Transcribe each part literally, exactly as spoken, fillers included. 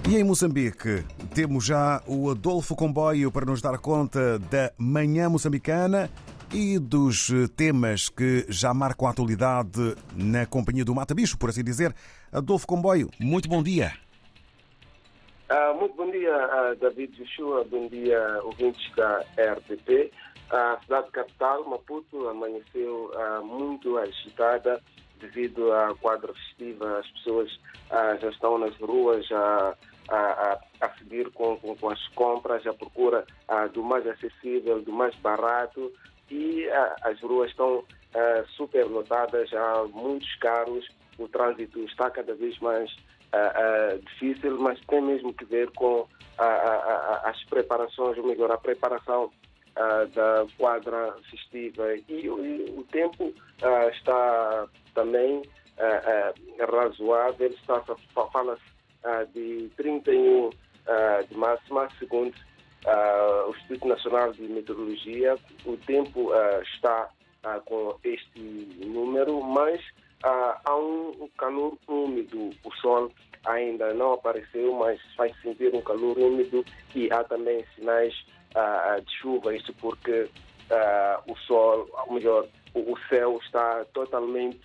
E em Moçambique, temos já o Adolfo Comboio para nos dar conta da Manhã Moçambicana e dos temas que já marcam a atualidade na companhia do Mata Bicho, por assim dizer. Adolfo Comboio, muito bom dia. Uh, muito bom dia, uh, David Joshua, bom dia, ouvintes da R T P. A cidade capital, Maputo, amanheceu uh, muito agitada devido à quadra festiva. As pessoas uh, já estão nas ruas a, a, a seguir com, com, com as compras, à procura uh, do mais acessível, do mais barato, e uh, as ruas estão uh, super lotadas, há muitos carros, o trânsito está cada vez mais uh, uh, difícil, mas tem mesmo que ver com uh, uh, uh, as preparações, ou melhor, a preparação Uh, da quadra festiva, e, e o tempo uh, está também uh, uh, razoável. Está, fala-se uh, de trinta e um uh, de máxima, segundo uh, o Instituto Nacional de Meteorologia. O tempo uh, está uh, com este número, mas uh, há um calor úmido. O sol ainda não apareceu, mas vai sentir um calor úmido, e há também sinais Uh, de chuva, isso porque uh, o sol, ou melhor, o, o céu está totalmente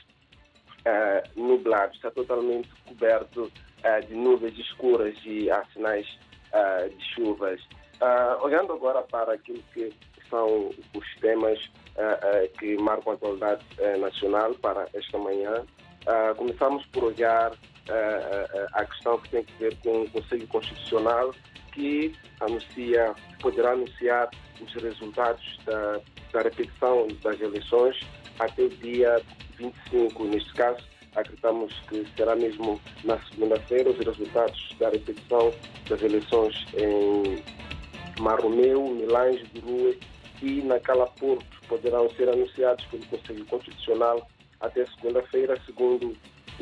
uh, nublado, está totalmente coberto uh, de nuvens escuras, e há sinais uh, de chuvas. Uh, olhando agora para aquilo que são os temas uh, uh, que marcam a atualidade uh, nacional para esta manhã, uh, começamos por olhar uh, uh, a questão que tem a ver com o Conselho Constitucional, que anuncia, poderá anunciar os resultados da, da repetição das eleições até o dia vinte e cinco. Neste caso, acreditamos que será mesmo na segunda-feira os resultados da repetição das eleições em Marromeu, Milange, Gurue e na Cala Porto poderão ser anunciados pelo Conselho Constitucional até segunda-feira, segundo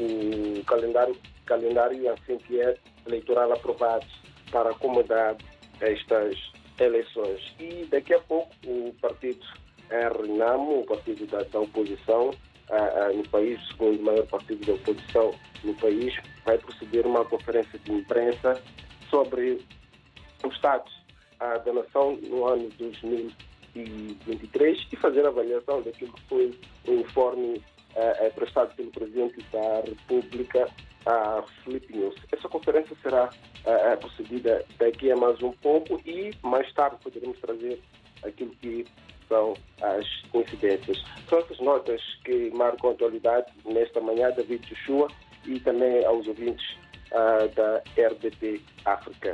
o calendário, calendário assim que é eleitoral aprovado para acomodar estas eleições. E daqui a pouco o partido Renamo, o partido da, da oposição uh, uh, no país, o segundo maior partido da oposição no país, vai proceder uma conferência de imprensa sobre o status uh, da nação no ano dois mil e vinte e três e fazer a avaliação daquilo que foi o informe uh, prestado pelo Presidente da República, a Filipe News. Essa conferência será uh, procedida daqui a mais um pouco, e mais tarde poderemos trazer aquilo que são as coincidências. São essas notas que marcam a atualidade nesta manhã, David Joshua, e também aos ouvintes uh, da R D P África.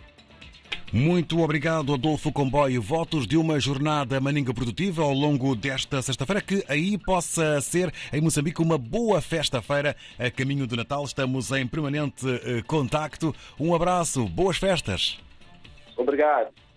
Muito obrigado, Adolfo Comboio. Votos de uma jornada maninga produtiva ao longo desta sexta-feira, que aí possa ser em Moçambique uma boa festa-feira a caminho do Natal. Estamos em permanente contacto. Um abraço, boas festas. Obrigado.